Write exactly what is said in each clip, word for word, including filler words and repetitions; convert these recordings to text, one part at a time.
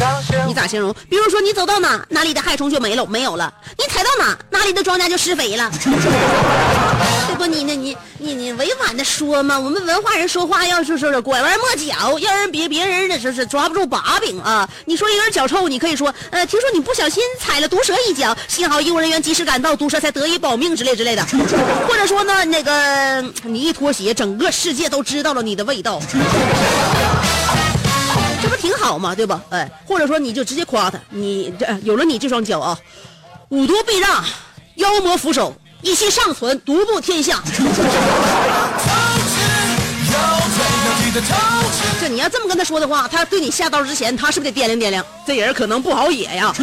你咋形容？比如说你走到哪，哪里的害虫就没了，没有了；你踩到哪，哪里的庄稼就施肥了。对不？你那你你你委婉的说嘛，我们文化人说话要是说拐弯抹角，要让别别人的就是抓不住把柄啊。你说一个人脚臭，你可以说呃，听说你不小心踩了毒蛇一脚，幸好医务人员及时赶到，毒蛇才得以保命之类之类的。或者说呢，那个你一脱鞋，整个世界都知道了你的味道。这不挺好吗？对吧？哎，或者说你就直接夸他，你这有了你这双脚啊，五毒避让，妖魔伏首，一息尚存，独步天下。这你要这么跟他说的话，他对你下刀之前，他是不是得掂量掂量？这人可能不好野呀。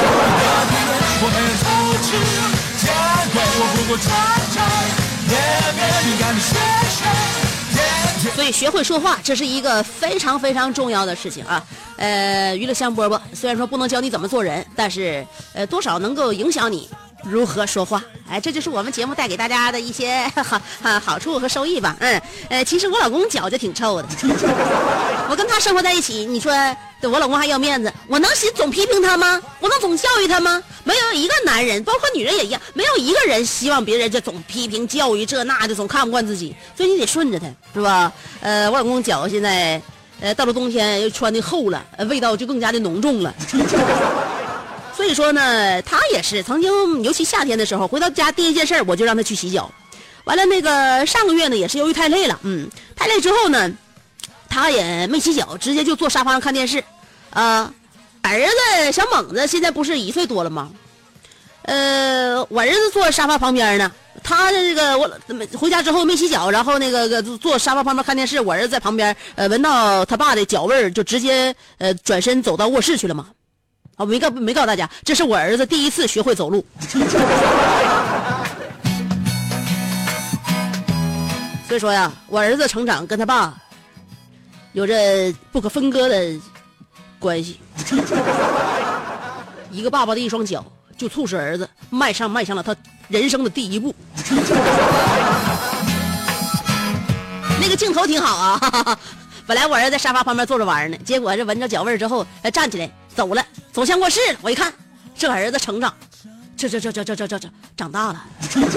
所以学会说话，这是一个非常非常重要的事情啊。呃，娱乐香饽饽虽然说不能教你怎么做人，但是呃多少能够影响你如何说话。哎，这就是我们节目带给大家的一些好好处和收益吧。嗯，呃，其实我老公脚就挺臭的，我跟他生活在一起，你说我老公还要面子，我能总总批评他吗？我能总教育他吗？没有一个男人，包括女人也一样，没有一个人希望别人就总批评教育这那的，总看不惯自己，所以你得顺着他，是吧？呃，我老公脚现在呃到了冬天又穿的厚了，呃，味道就更加的浓重了。所以说呢，他也是曾经，尤其夏天的时候，回到家第一件事我就让他去洗脚。完了，那个上个月呢，也是由于太累了，嗯，太累之后呢，他也没洗脚，直接就坐沙发上看电视。啊、呃，儿子小猛子现在不是一岁多了吗？呃，我儿子坐沙发旁边呢，他这个我回家之后没洗脚，然后那个坐沙发旁边看电视，我儿子在旁边，呃，闻到他爸的脚味儿，就直接呃转身走到卧室去了嘛。我没告没告诉大家，这是我儿子第一次学会走路。所以说呀，我儿子成长跟他爸有着不可分割的关系。一个爸爸的一双脚，就促使儿子迈上迈向了他人生的第一步。那个镜头挺好啊。哈哈，本来我儿子在沙发旁边坐着玩呢，结果这闻着脚味之后，呃，站起来走了，走向卧室了。我一看，这儿子成长，这这这这这这这这长大了。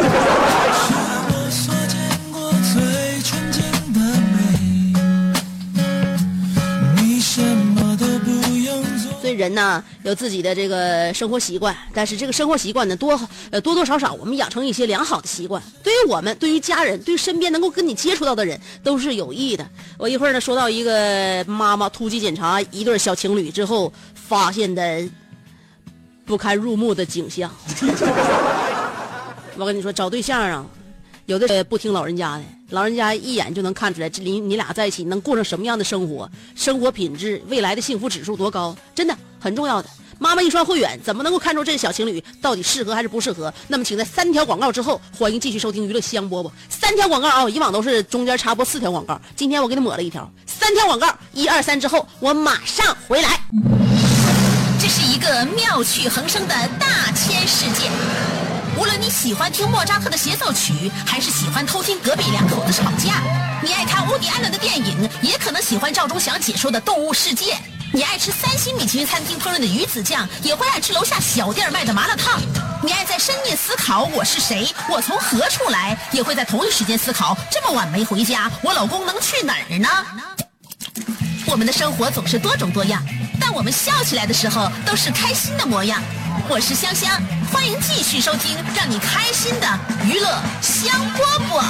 所以人呢有自己的这个生活习惯，但是这个生活习惯呢多呃多多少少我们养成一些良好的习惯，对于我们，对于家人，对于身边能够跟你接触到的人都是有益的。我一会儿呢说到一个妈妈突击检查一对小情侣之后发现的不堪入目的景象。我跟你说，找对象啊，有的不听老人家的，老人家一眼就能看出来，这你你俩在一起能过上什么样的生活，生活品质，未来的幸福指数多高，真的很重要的。妈妈一双慧眼，怎么能够看出这小情侣到底适合还是不适合？那么，请在三条广告之后，欢迎继续收听娱乐香饽饽。三条广告啊，以往都是中间插播四条广告，今天我给你抹了一条，三条广告，一二三之后，我马上回来。 这是一个妙趣横生的大千世界。无论你喜欢听莫扎特的协奏曲，还是喜欢偷听隔壁两口子吵架，你爱看乌迪安伦的电影，也可能喜欢赵忠祥解说的动物世界。你爱吃三星米其林餐厅烹饪的鱼子酱，也会爱吃楼下小店卖的麻辣烫。你爱在深夜思考我是谁，我从何处来，也会在同一时间思考这么晚没回家，我老公能去哪儿呢？我们的生活总是多种多样，但我们笑起来的时候都是开心的模样。我是香香，欢迎继续收听让你开心的娱乐香饽饽。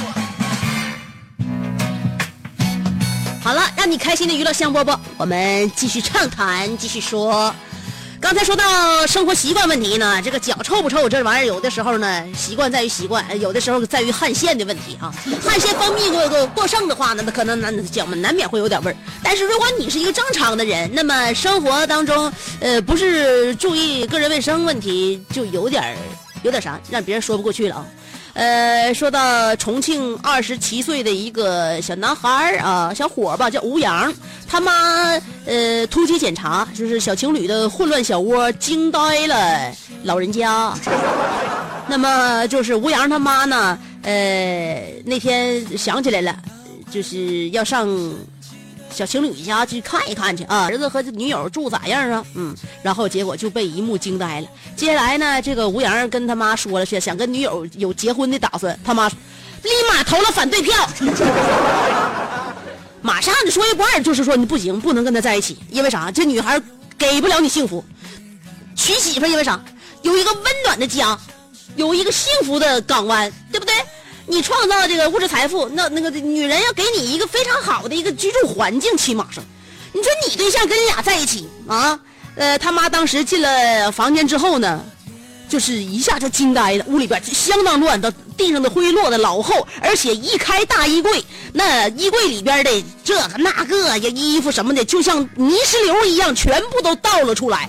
好了，让你开心的娱乐香饽饽，我们继续畅谈，继续说。刚才说到生活习惯问题呢，这个脚臭不臭这玩意儿，有的时候呢习惯在于习惯，有的时候在于汗腺的问题啊。汗腺分泌过过过剩的话呢，那可能难脚们难免会有点味儿。但是如果你是一个正常的人，那么生活当中呃不是注意个人卫生问题，就有点有点啥让别人说不过去了啊。呃，说到重庆二十七岁的一个小男孩啊，小伙吧，叫吴阳，他妈呃突击检查，就是小情侣的混乱小窝惊呆了老人家。那么就是吴阳他妈呢，呃那天想起来了，就是要上小情侣家去看一看去啊，儿子和女友住咋样啊？嗯，然后结果就被一幕惊呆了。接下来呢，这个吴阳跟他妈说了是想跟女友有结婚的打算，他妈立马投了反对票，马上就说一不二，就是说你不行，不能跟他在一起，因为啥？这女孩给不了你幸福。娶媳妇因为啥？有一个温暖的家，有一个幸福的港湾，对不对？你创造这个物质财富，那那个女人要给你一个非常好的一个居住环境，起码上。你说你对象跟你俩在一起啊，呃，他妈当时进了房间之后呢，就是一下就惊呆了，屋里边相当乱的，地上的灰落的老厚，而且一开大衣柜，那衣柜里边的这个那个呀，衣服什么的，就像泥石流一样，全部都倒了出来。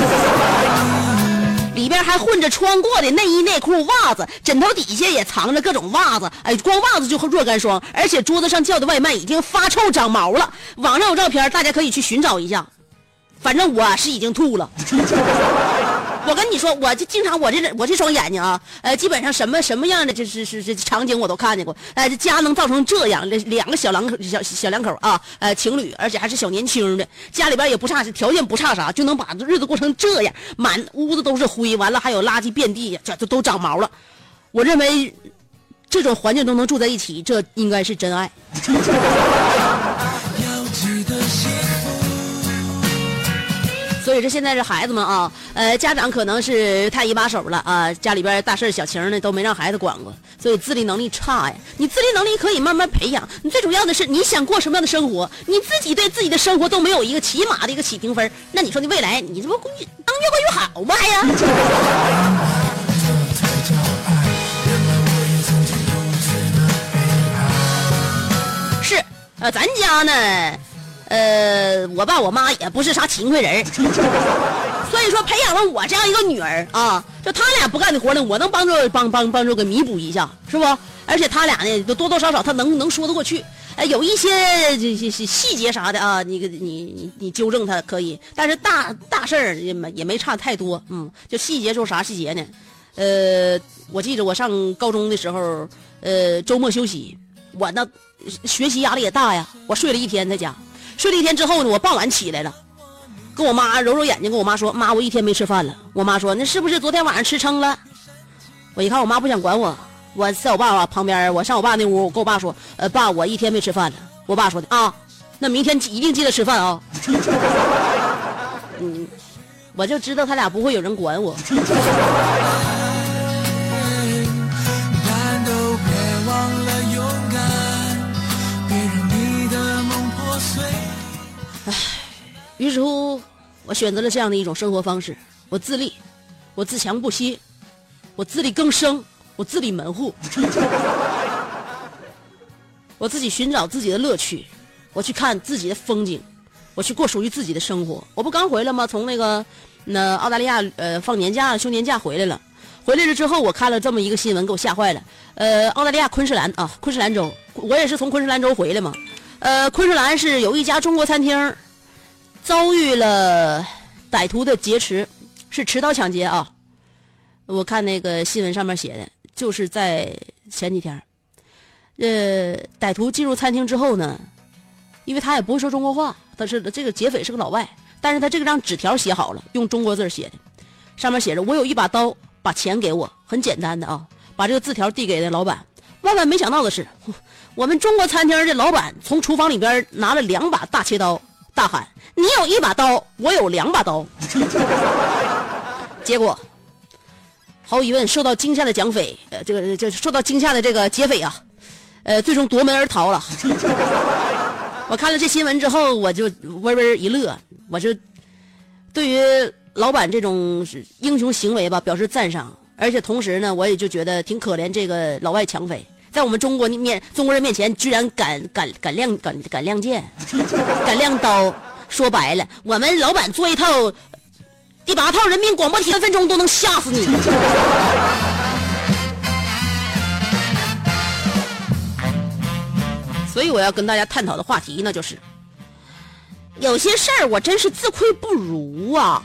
里边还混着穿过的内衣内裤袜子，枕头底下也藏着各种袜子，哎，光袜子就若干双，而且桌子上叫的外卖已经发臭长毛了。网上有照片，大家可以去寻找一下，反正我是已经吐了。我跟你说，我就经常我这我这双眼睛啊，呃，基本上什么什么样的就是是这场景我都看见过。呃，这家能造成这样，这两个小两口小小两口啊，呃，情侣，而且还是小年轻的，家里边也不差，条件不差啥，就能把日子过成这样，满屋子都是灰，完了还有垃圾遍地，这这都长毛了。我认为这种环境都能住在一起，这应该是真爱。所以这现在这孩子们啊，呃，家长可能是太一把手了啊，家里边大事小情呢都没让孩子管过，所以自理能力差呀。你自理能力可以慢慢培养，你最主要的是你想过什么样的生活，你自己对自己的生活都没有一个起码的一个起评分，那你说你未来你这不当越过越好吗呀？是，呃，咱家呢。呃，我爸我妈也不是啥勤快人，所以说培养了我这样一个女儿啊，就他俩不干的活呢，我能帮助帮帮帮助给弥补一下，是不？而且他俩呢，都多多少少他能能说得过去。哎，有一些这些细节啥的啊，你你你你纠正他可以，但是大大事儿也没也没差太多，嗯，就细节说啥细节呢？呃，我记得我上高中的时候，呃，周末休息，我那学习压力也大呀，我睡了一天在家。睡了一天之后呢，我傍晚起来了，跟我妈揉揉眼睛，跟我妈说：“妈，我一天没吃饭了。”我妈说：“那是不是昨天晚上吃撑了？”我一看我妈不想管我，我在我爸爸旁边，我上我爸那屋，我跟我爸说：“呃，爸，我一天没吃饭了。”我爸说的啊，那明天一定记得吃饭啊。嗯，我就知道他俩不会有人管我。唉，于是乎，我选择了这样的一种生活方式：我自立，我自强不息，我自力更生，我自立门户，我自己寻找自己的乐趣，我去看自己的风景，我去过属于自己的生活。我不刚回来吗？从那个那澳大利亚呃放年假休年假回来了。回来了之后，我看了这么一个新闻，给我吓坏了。呃，澳大利亚昆士兰啊，昆士兰州，我也是从昆士兰州回来嘛。呃，昆士兰是有一家中国餐厅遭遇了歹徒的劫持，是持刀抢劫啊！我看那个新闻上面写的，就是在前几天，呃，歹徒进入餐厅之后呢，因为他也不会说中国话，他是这个劫匪是个老外，但是他这个张纸条写好了，用中国字写的，上面写着：“我有一把刀，把钱给我。”很简单的啊，把这个字条递给了老板。万万没想到的是，我们中国餐厅的老板从厨房里边拿了两把大切刀，大喊：“你有一把刀，我有两把刀。”结果，毫无疑问，受到惊吓的蒋匪，呃，这个这受到惊吓的这个劫匪啊，呃，最终夺门而逃了。我看了这新闻之后，我就微微一乐，我就对于老板这种英雄行为吧表示赞赏，而且同时呢，我也就觉得挺可怜这个老外抢匪。在我们中国面中国人面前，居然敢敢敢亮敢敢亮剑，敢亮刀。说白了，我们老板做一套第八套人民广播体三分钟都能吓死你。所以我要跟大家探讨的话题呢，就是有些事儿我真是自愧不如啊。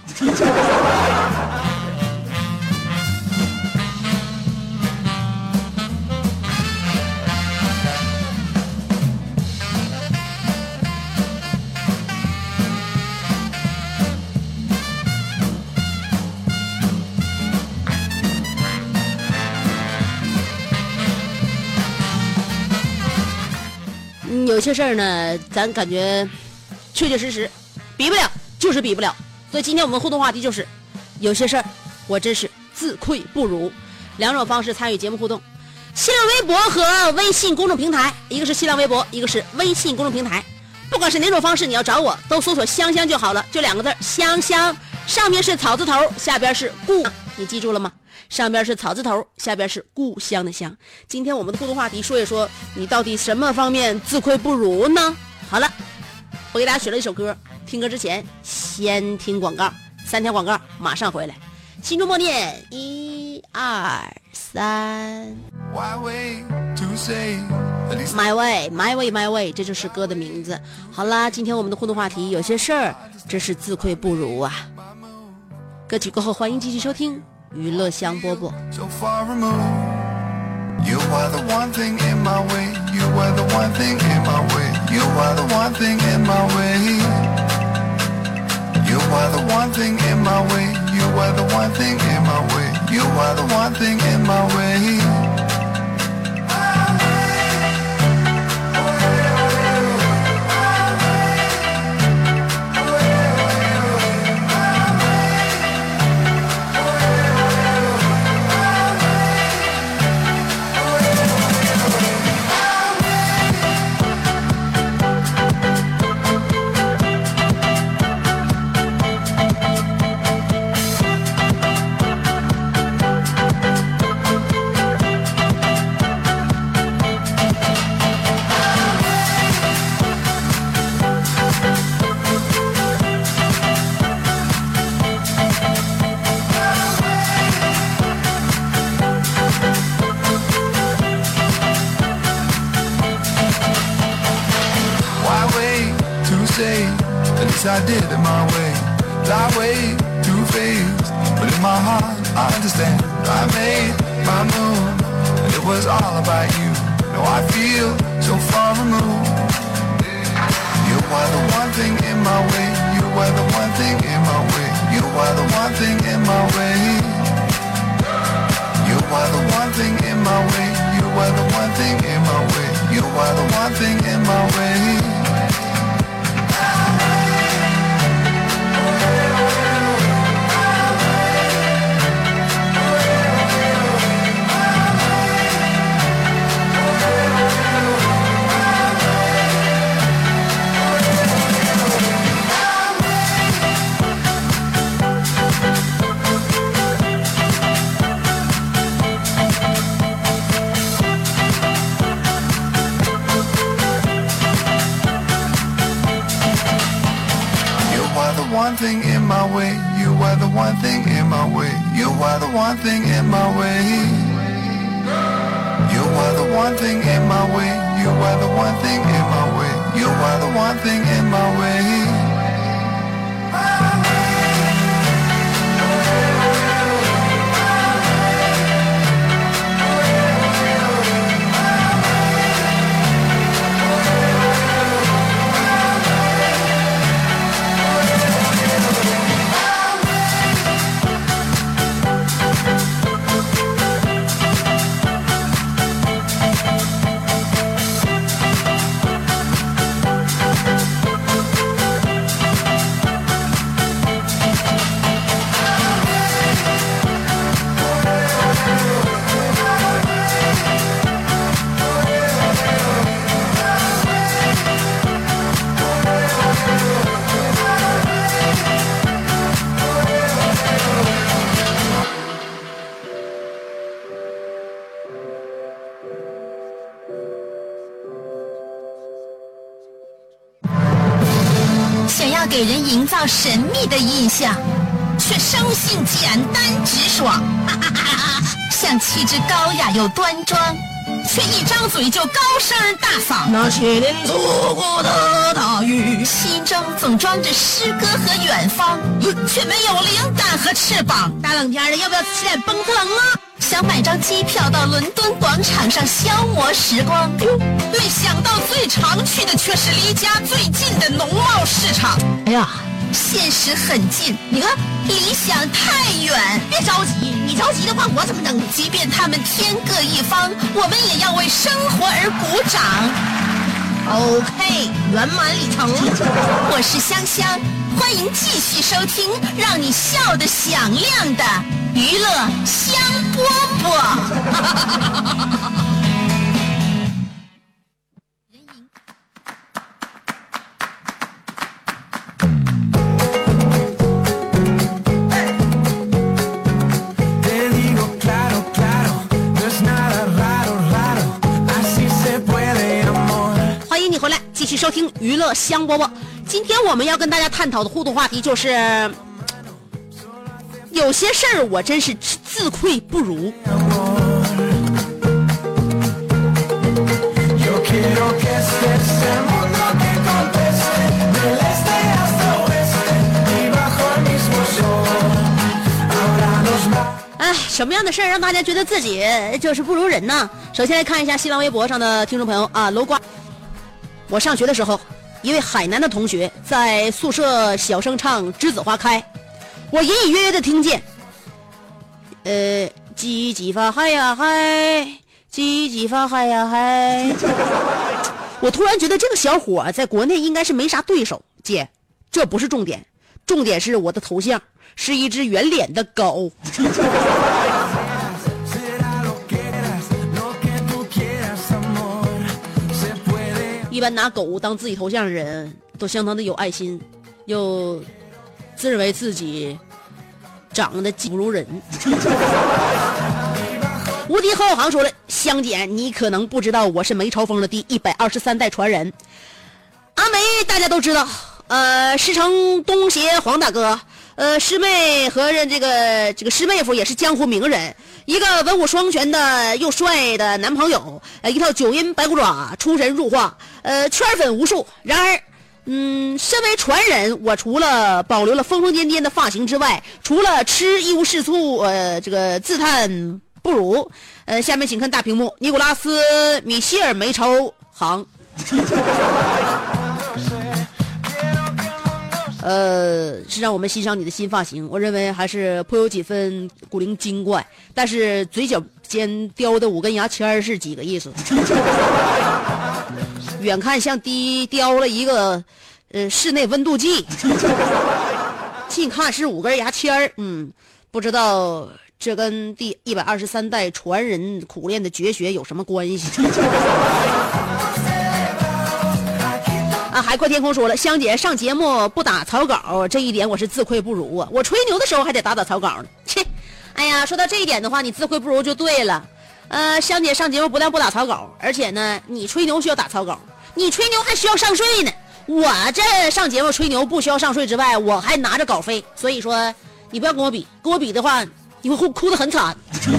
有些事儿呢，咱感觉确确实实比不了，就是比不了。所以今天我们互动话题就是，有些事儿我真是自愧不如。两种方式参与节目互动，新浪微博和微信公众平台，一个是新浪微博，一个是微信公众平台。不管是哪种方式，你要找我都搜索香香就好了，就两个字香香，上面是草字头，下边是故，你记住了吗？上边是草字头，下边是故乡的乡。今天我们的互动话题说一说，你到底什么方面自愧不如呢？好了，我给大家选了一首歌，听歌之前先听广告，三条广告马上回来。心中默念一二三 Why wait to say at least My way, my way, my way， 这就是歌的名字。好啦，今天我们的互动话题，有些事儿真是自愧不如啊。歌曲过后，欢迎继续收听娱乐香饽饽。 so far removed? You are the one thing in my way. You are the one thing in my way. You are the one thing in my way. You are the one thing in my way. You are the one thing in my way. You are the one thing in my way. I did it my way. I way too fast, but in my heart I understand. I made my move, and it was all about you. Now I feel so far removed. You are the one thing in my way. You are the one thing in my way. You are the one thing in my way. You are the one thing in my way. You are the one thing in my way. You are the one thing in my way. One thing in my way, you are the one thing in my way. You are the one thing in my way. You are the one thing in my way. You are the one thing in my way. You are the one thing in my way. 给人营造神秘的印象，却生性简单直爽，像气质高雅又端庄，却一张嘴就高声大嗓。 那些年错过的大雨， 心中总装着诗歌和远方，却没有灵感和翅膀。 大冷天的，要不要吃点蹦特冷啊？ 想买张机票到伦敦广场上消磨时光，没想到最常去的却是离家最近的农贸市场。 哎呀， 现实很近，你看理想太远。 别着急，你着急的话我怎么能？ 即便他们天各一方，我们也要为生活而鼓掌。 OK， 圆满礼成。我是香香，欢迎继续收听让你笑得响亮的娱乐香饽饽。 继续收听娱乐香饽饽。今天我们要跟大家探讨的互动话题就是，有些事儿我真是自愧不如。哎，什么样的事儿让大家觉得自己就是不如人呢？首先来看一下新浪微博上的听众朋友啊，楼瓜。我上学的时候，一位海南的同学在宿舍小声唱《栀子花开》，我隐隐约约的听见，呃，叽叽发嗨呀嗨，叽叽发嗨呀嗨。我突然觉得这个小伙在国内应该是没啥对手。姐，这不是重点，重点是我的头像是一只圆脸的狗。一般拿狗当自己头像的人都相当的有爱心，又自认为自己长得不如人。无敌何小航说了，香姐你可能不知道我是梅超风的第一百二十三代传人。阿梅大家都知道，呃师承东协黄大哥，呃师妹和这个这个师妹夫也是江湖名人，一个文武双全的又帅的男朋友，呃一套九阴白骨爪出神入化，呃圈粉无数。然而嗯身为传人，我除了保留了疯疯癫癫的发型之外，除了吃一无是处，呃这个自叹不如。呃下面请看大屏幕，尼古拉斯米歇尔梅超航。呃，是让我们欣赏你的新发型，我认为还是颇有几分古灵精怪，但是嘴角间雕的五根牙签是几个意思？远看像低雕了一个呃室内温度计，近看是五根牙签嗯，不知道这跟第一百二十三代传人苦练的绝学有什么关系？啊，海阔天空说了，香姐上节目不打草稿，这一点我是自愧不如啊！我吹牛的时候还得打打草稿呢。切，哎呀，说到这一点的话，你自愧不如就对了。呃，香姐上节目不但不打草稿，而且呢，你吹牛需要打草稿，你吹牛还需要上税呢。我这上节目吹牛不需要上税之外，我还拿着稿费，所以说你不要跟我比，跟我比的话，你会哭哭得很惨。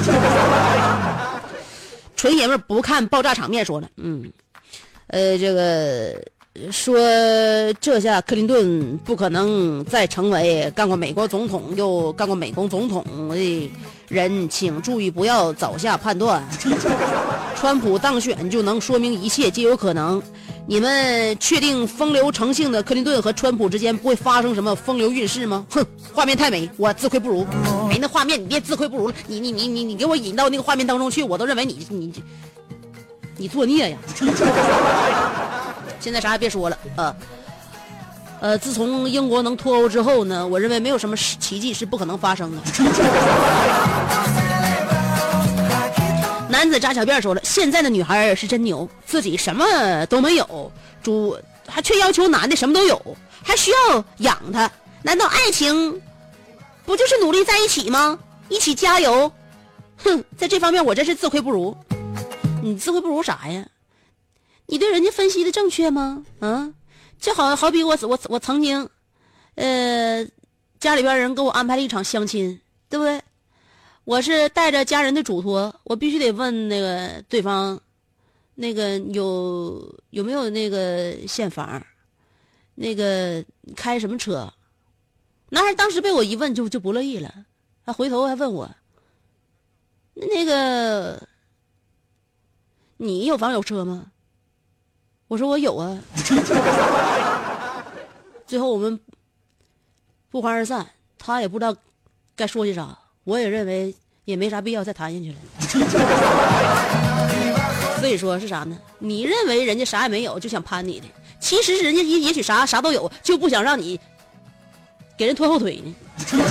纯爷们不看爆炸场面说了，嗯，呃，这个。说这下克林顿不可能再成为干过美国总统又干过美国总统的人，请注意不要早下判断。川普当选就能说明一切皆有可能。你们确定风流成性的克林顿和川普之间不会发生什么风流韵事吗？哼，画面太美，我自愧不如。哎，那画面你别自愧不如了，你你你你你给我引到那个画面当中去，我都认为你你你作孽呀。现在啥也别说了，呃，呃，自从英国能脱欧之后呢，我认为没有什么奇迹是不可能发生的。男子扎小辫说了，现在的女孩是真牛，自己什么都没有，主还却要求男的什么都有，还需要养他，难道爱情不就是努力在一起吗？一起加油！哼，在这方面我真是自愧不如。你自愧不如啥呀？你对人家分析的正确吗？啊，就好好比我我我曾经，呃，家里边人给我安排了一场相亲，对不对？我是带着家人的嘱托，我必须得问那个对方，那个有有没有那个现房，那个开什么车？男孩当时被我一问就就不乐意了，他回头还问我，那个你有房有车吗？我说我有啊。最后我们不欢而散，他也不知道该说些啥，我也认为也没啥必要再谈下去了。 所以说是啥呢？你认为人家啥也没有就想攀你的，其实人家也也许啥啥都有，就不想让你给人拖后腿呢。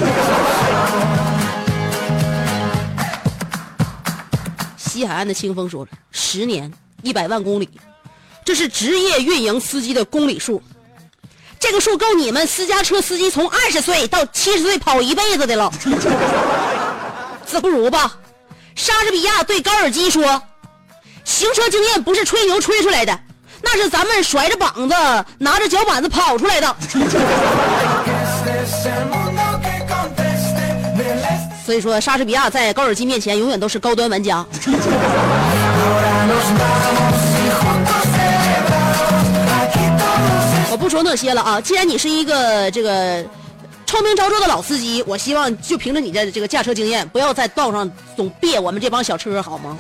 西海岸的清风说了，十年一百万公里，这是职业运营司机的公里数，这个数够你们私家车司机从二十岁到七十岁跑一辈子的了。自不如吧。莎士比亚对高尔基说，行车经验不是吹牛吹出来的，那是咱们甩着膀子拿着脚板子跑出来的。所以说莎士比亚在高尔基面前永远都是高端玩家。我不说那些了啊，既然你是一个这个臭名昭著的老司机，我希望就凭着你的这个驾车经验，不要在道上总别我们这帮小车好吗？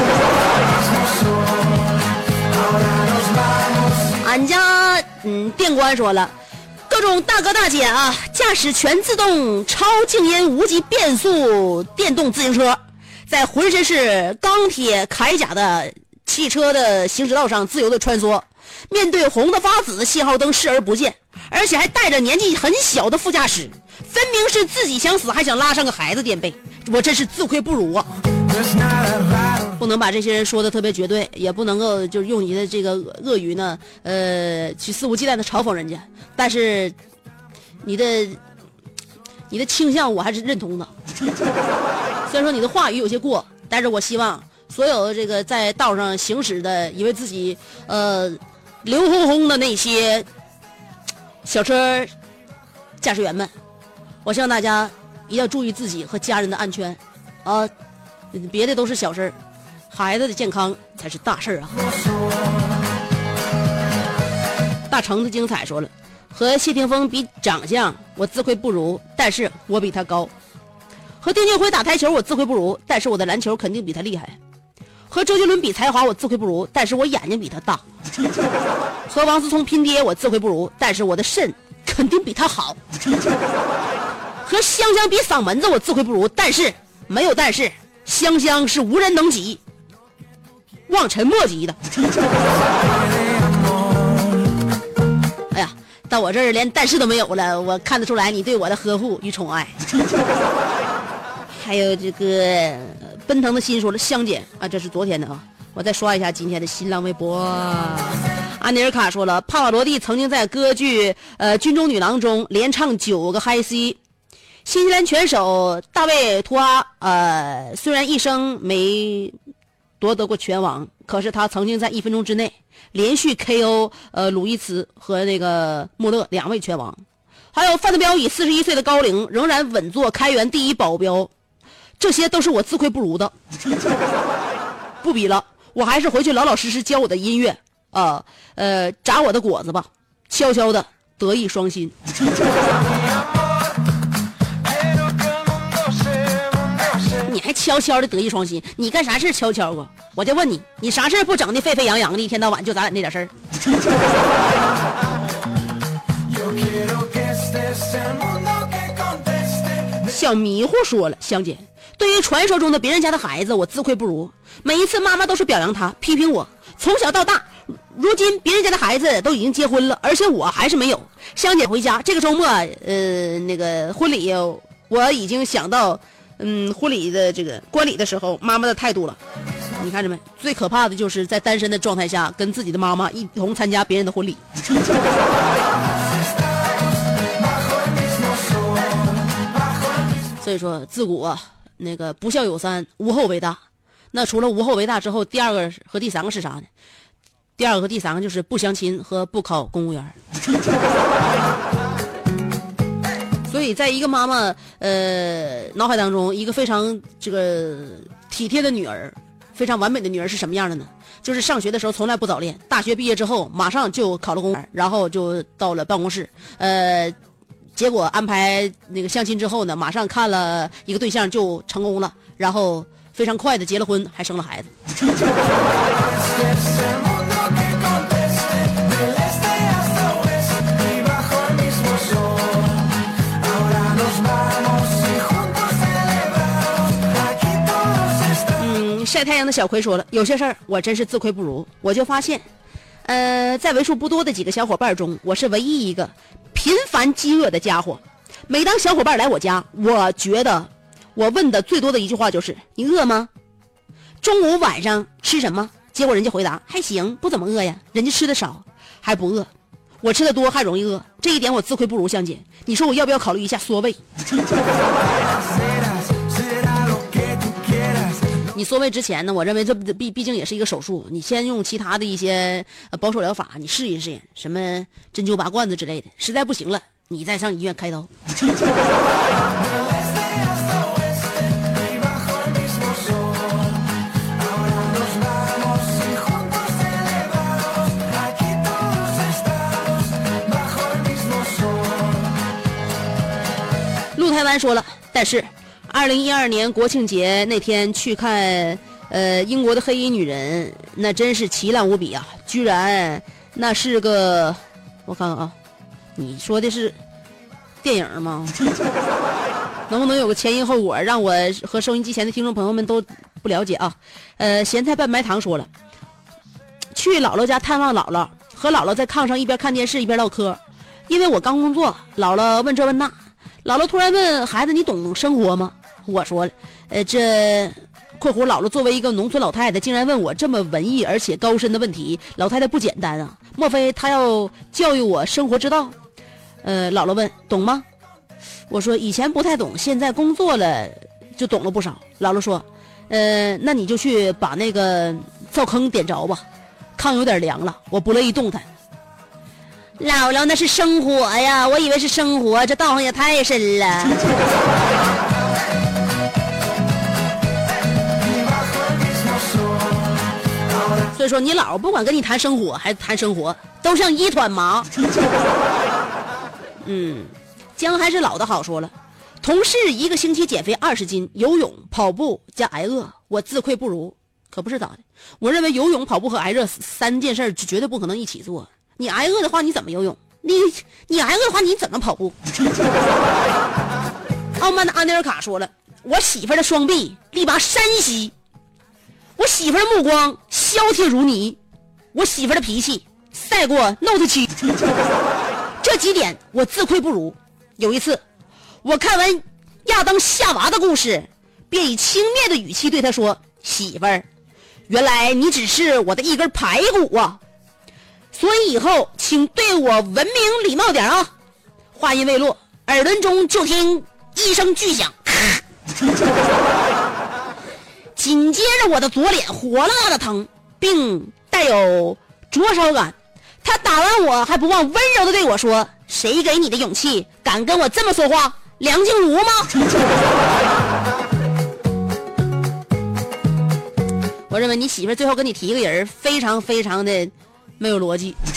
俺家嗯店官说了，各种大哥大姐啊，驾驶全自动超静音无级变速电动自行车，在浑身是钢铁铠甲的汽车的行驶道上自由的穿梭，面对红的发紫的信号灯视而不见，而且还带着年纪很小的副驾驶，分明是自己想死还想拉上个孩子垫背，我真是自愧不如啊。不能把这些人说的特别绝对，也不能够就是用你的这个恶语呢呃去肆无忌惮的嘲讽人家，但是你的你的倾向我还是认同的。虽然说你的话语有些过，但是我希望所有这个在道上行驶的以为自己呃刘轰轰的那些小车驾驶员们，我希望大家一定要注意自己和家人的安全啊，别的都是小事，孩子的健康才是大事啊。大橙子精彩说了，和谢霆锋比长相我自愧不如，但是我比他高。和丁俊晖打台球我自愧不如，但是我的篮球肯定比他厉害。和周杰伦比才华我自愧不如，但是我眼睛比他大。和王思聪拼爹我自愧不如，但是我的肾肯定比他好。和香香比嗓门子我自愧不如，但是没有但是，香香是无人能及，望尘莫及的。哎呀，到我这儿连但是都没有了，我看得出来你对我的呵护与宠爱。还有这个奔腾的心说了，香姐啊，这是昨天的啊，我再刷一下今天的新浪微博。安尼尔卡说了，帕瓦罗蒂曾经在歌剧呃《军中女郎》中连唱九个嗨 C。新西兰拳手大卫图阿呃虽然一生没夺得过拳王，可是他曾经在一分钟之内连续 K O 呃鲁伊茨和那个穆勒两位拳王。还有范德彪以四十一岁的高龄仍然稳坐开元第一保镖，这些都是我自愧不如的。不比了，我还是回去老老实实教我的音乐啊呃炸我的果子吧，悄悄的德艺双馨。你还悄悄的德艺双馨，你干啥事悄悄过？我就问你，你啥事不整的沸沸扬扬的，一天到晚就咱俩那点事儿？小迷糊说了，香姐，对于传说中的别人家的孩子，我自愧不如。每一次妈妈都是表扬他，批评我，从小到大，如今别人家的孩子都已经结婚了，而且我还是没有。香姐回家，这个周末，呃，那个婚礼，我已经想到。嗯，婚礼的这个观礼的时候，妈妈的态度了，你看着没？最可怕的就是在单身的状态下，跟自己的妈妈一同参加别人的婚礼。所以说，自古啊，那个不孝有三，无后为大。那除了无后为大之后，第二个和第三个是啥呢？第二个和第三个就是不相亲和不考公务员。所以在一个妈妈呃脑海当中，一个非常这个体贴的女儿，非常完美的女儿是什么样的呢？就是上学的时候从来不早恋，大学毕业之后马上就考了公务员，然后就到了办公室，呃结果安排那个相亲之后呢，马上看了一个对象就成功了，然后非常快的结了婚，还生了孩子。 晒太阳的小葵说了，有些事儿我真是自愧不如。我就发现，呃，在为数不多的几个小伙伴中，我是唯一一个频繁饥饿的家伙。每当小伙伴来我家，我觉得我问的最多的一句话就是：你饿吗？中午晚上吃什么？结果人家回答还行，不怎么饿呀。人家吃的少还不饿，我吃的多还容易饿，这一点我自愧不如香姐。你说我要不要考虑一下缩胃？你缩胃之前呢，我认为这毕毕竟也是一个手术，你先用其他的一些保守疗法，你试一试，什么针灸拔罐子之类的，实在不行了，你再上医院开刀。陆台湾说了，但是二零一二年国庆节那天去看呃英国的黑衣女人，那真是奇烂无比啊，居然那是个，我看看啊，你说的是电影吗？能不能有个前因后果，让我和收音机前的听众朋友们都不了解啊？呃咸菜拌白糖说了，去姥姥家探望姥姥，和姥姥在炕上一边看电视一边唠嗑，因为我刚工作，姥姥问这问那，姥姥突然问孩子，你懂生活吗？我说呃这括弧姥姥作为一个农村老太太，竟然问我这么文艺而且高深的问题，老太太不简单啊，莫非她要教育我生活之道？呃姥姥问懂吗？我说以前不太懂，现在工作了就懂了不少。姥姥说呃那你就去把那个灶坑点着吧，炕有点凉了，我不乐意动弹。姥姥那是生活呀，我以为是生活，这道行也太深了。所以说你姥不管跟你谈生活还是谈生活，都像一团麻。嗯，姜还是老的好说了，同事一个星期减肥二十斤，游泳跑步加挨饿，我自愧不如。可不是咋的，我认为游泳跑步和挨饿三件事绝对不可能一起做。你挨饿的话你怎么游泳？你你挨饿的话你怎么跑步？傲慢的安德尔卡说了，我媳妇的双臂力拔山兮，我媳妇的目光削铁如泥，我媳妇的脾气赛过 Note 七。这几点我自愧不如。有一次我看完亚当夏娃的故事，便以轻蔑的语气对他说，媳妇儿，原来你只是我的一根排骨啊，所以以后请对我文明礼貌点啊。话音未落，耳轮中就听一声巨响，紧接着我的左脸火辣辣的疼，并带有灼烧感。他打完我还不忘温柔的对我说，谁给你的勇气敢跟我这么说话？梁静茹吗？我认为你媳妇最后跟你提一个人非常非常的没有逻辑。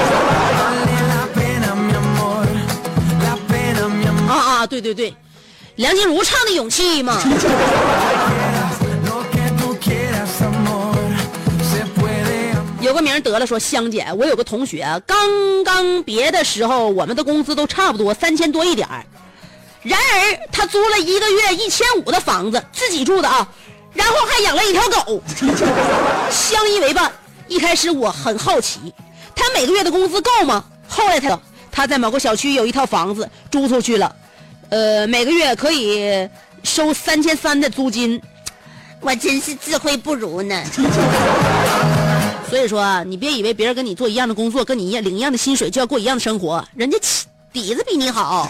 啊啊，对对对，梁静茹唱的勇气嘛。有个名得了说，香姐，我有个同学刚刚别的时候，我们的工资都差不多三千多一点儿，然而他租了一个月一千五的房子，自己住的啊，然后还养了一条狗，相依为伴。一开始我很好奇，他每个月的工资够吗？后来他他在某个小区有一套房子租出去了，呃，每个月可以收三千三的租金，我真是自愧不如呢。所以说啊，你别以为别人跟你做一样的工作，跟你一样领一样的薪水就要过一样的生活，人家底子比你好。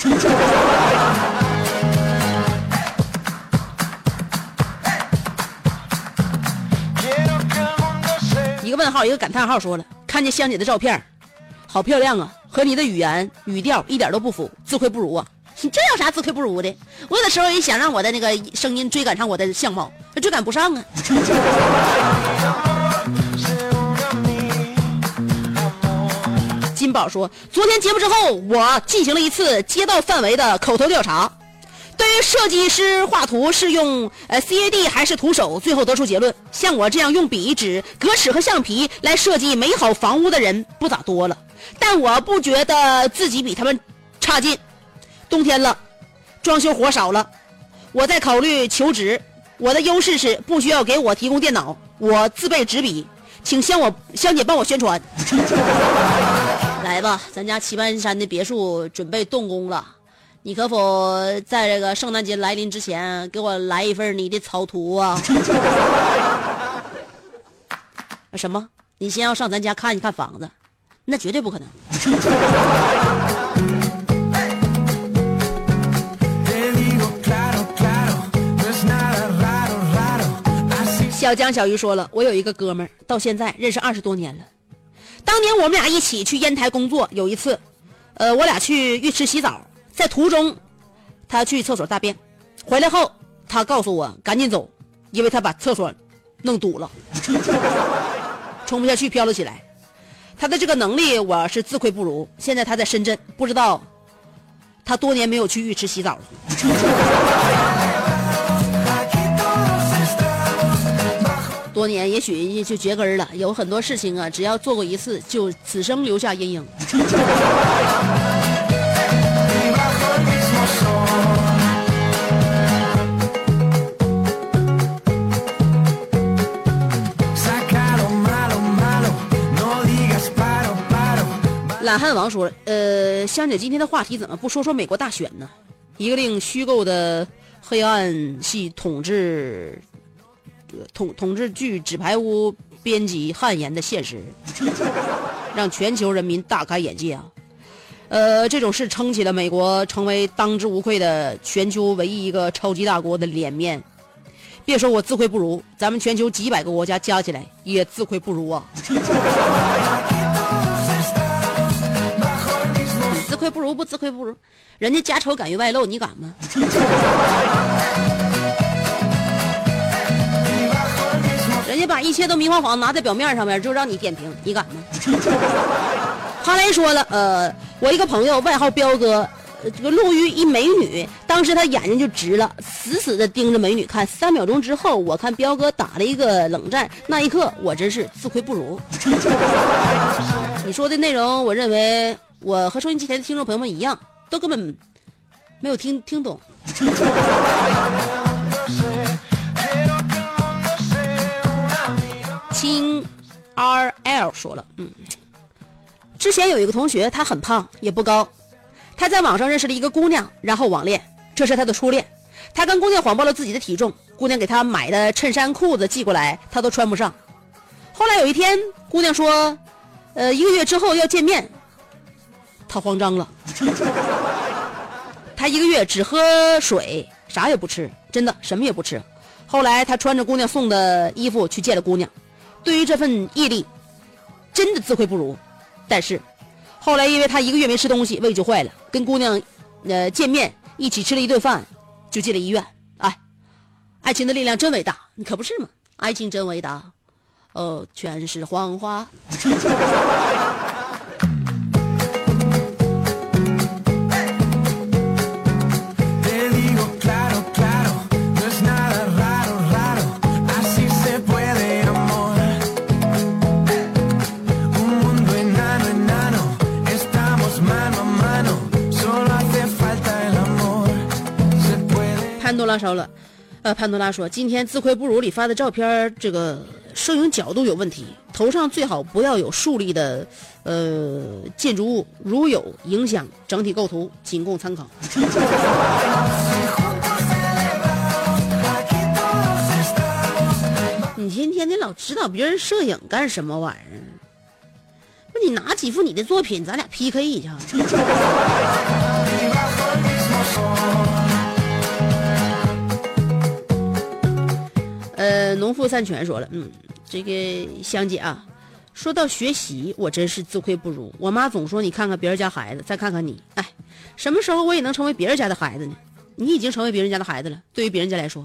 一个问号一个感叹号说了，看见香姐的照片好漂亮啊，和你的语言语调一点都不符，自愧不如啊。你这有啥自愧不如的？我有的时候也想让我的那个声音追赶上我的相貌，追赶不上啊。金宝说，昨天节目之后我进行了一次街道范围的口头调查，对于设计师画图是用呃 C A D 还是徒手，最后得出结论，像我这样用笔纸格尺和橡皮来设计美好房屋的人不咋多了，但我不觉得自己比他们差劲。冬天了，装修活少了，我在考虑求职， 我的优势是不需要给我提供电脑，我自备纸笔，请香我香姐帮我宣传。来吧，咱家棋盘山的别墅准备动工了，你可否在这个圣诞节来临之前给我来一份你的草图啊？什么？你先要上咱家看一看房子？那绝对不可能。小江小鱼说了，我有一个哥们儿，到现在认识二十多年了。当年我们俩一起去烟台工作，有一次，呃，我俩去浴池洗澡，在途中，他去厕所大便，回来后他告诉我赶紧走，因为他把厕所弄堵了，冲不下去，飘了起来。他的这个能力我是自愧不如。现在他在深圳，不知道他多年没有去浴池洗澡了。多年也许就绝根了，有很多事情啊，只要做过一次，就此生留下阴影。懒汉王说，呃，香姐今天的话题怎么不说说美国大选呢？一个令虚构的黑暗系统治统统治剧《纸牌屋》编辑汗颜的现实，让全球人民大开眼界啊！呃，这种事撑起了美国成为当之无愧的全球唯一一个超级大国的脸面。别说我自愧不如，咱们全球几百个国家加起来也自愧不如啊！自愧不如不自愧不如，人家家丑敢于外露，你敢吗？人家把一切都明晃晃拿在表面上面，就让你点评，你敢吗？哈雷说了，呃，我一个朋友外号彪哥，呃、这个路遇一美女，当时他眼睛就直了，死死的盯着美女看。三秒钟之后，我看彪哥打了一个冷战，那一刻我真是自愧不如。你说的内容，我认为我和收音机前的听众朋友们一样，都根本没有听听懂。亲 R L 说了，嗯，之前有一个同学，他很胖也不高，他在网上认识了一个姑娘，然后网恋，这是他的初恋。他跟姑娘谎报了自己的体重，姑娘给他买的衬衫裤子寄过来，他都穿不上。后来有一天，姑娘说，呃，一个月之后要见面，他慌张了。他一个月只喝水，啥也不吃，真的什么也不吃。后来他穿着姑娘送的衣服去见了姑娘，对于这份毅力真的自愧不如。但是后来因为他一个月没吃东西，胃就坏了，跟姑娘呃见面，一起吃了一顿饭，就进了医院。哎，爱情的力量真伟大，你可不是吗？爱情真伟大，哦，全是谎话。潘多拉烧了，呃，潘多拉说，今天自愧不如里发的照片，这个摄影角度有问题，头上最好不要有竖立的，呃，建筑物，如有影响整体构图，仅供参考。你天天的老指导别人摄影干什么玩意儿？不，你拿几幅你的作品，咱俩 P K 一下。呃，农夫散泉说了，嗯，这个香姐啊，说到学习，我真是自愧不如。我妈总说你看看别人家孩子，再看看你，哎，什么时候我也能成为别人家的孩子呢？你已经成为别人家的孩子了，对于别人家来说。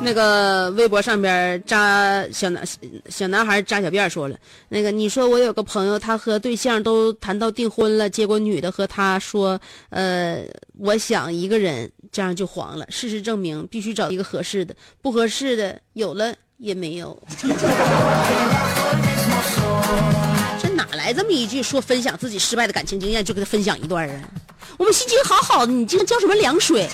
那个微博上边扎小男小男孩扎小辫说了，那个你说我有个朋友，他和对象都谈到订婚了，结果女的和他说，呃，我想一个人，这样就黄了。事实证明，必须找一个合适的，不合适的有了也没有。这哪来这么一句说分享自己失败的感情经验就给他分享一段啊？我们心情好好的，你今天浇什么凉水？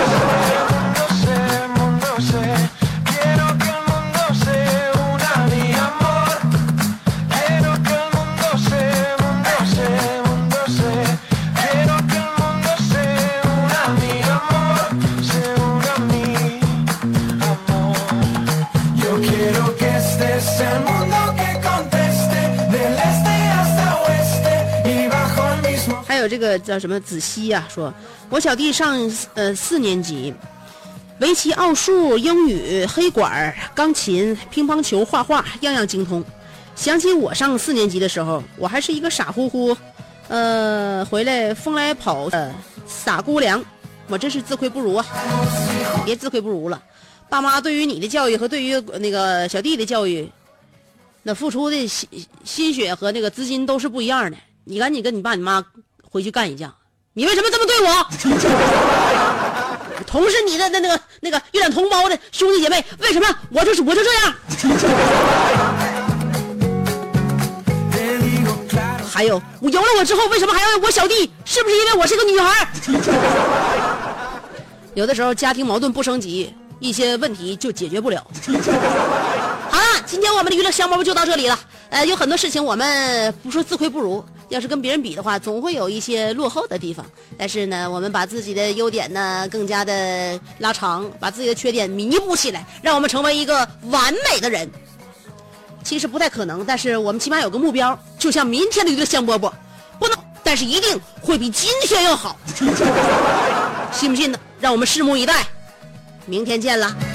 这个叫什么子熙呀、啊？说我小弟上呃四年级，围棋、奥数、英语、黑管、钢琴、乒乓球、画画，样样精通。想起我上四年级的时候，我还是一个傻乎乎，呃，回来疯来跑的傻姑娘，我真是自愧不如啊！别自愧不如了，爸妈对于你的教育和对于那个小弟的教育，那付出的心心血和那个资金都是不一样的。你赶紧跟你爸你妈回去干一架，你为什么这么对我？同是你的那那个那个月亮同胞的兄弟姐妹，为什么我就是我就这样？还有，我有了我之后，为什么还要我小弟？是不是因为我是个女孩？有的时候家庭矛盾不升级，一些问题就解决不了。好了，今天我们的娱乐香饽饽就到这里了。呃，有很多事情我们不说自愧不如，要是跟别人比的话，总会有一些落后的地方。但是呢，我们把自己的优点呢更加的拉长，把自己的缺点弥补起来，让我们成为一个完美的人。其实不太可能，但是我们起码有个目标，就像明天的娱乐香饽饽，不能，但是一定会比今天要好。信不信呢？让我们拭目以待。明天见了。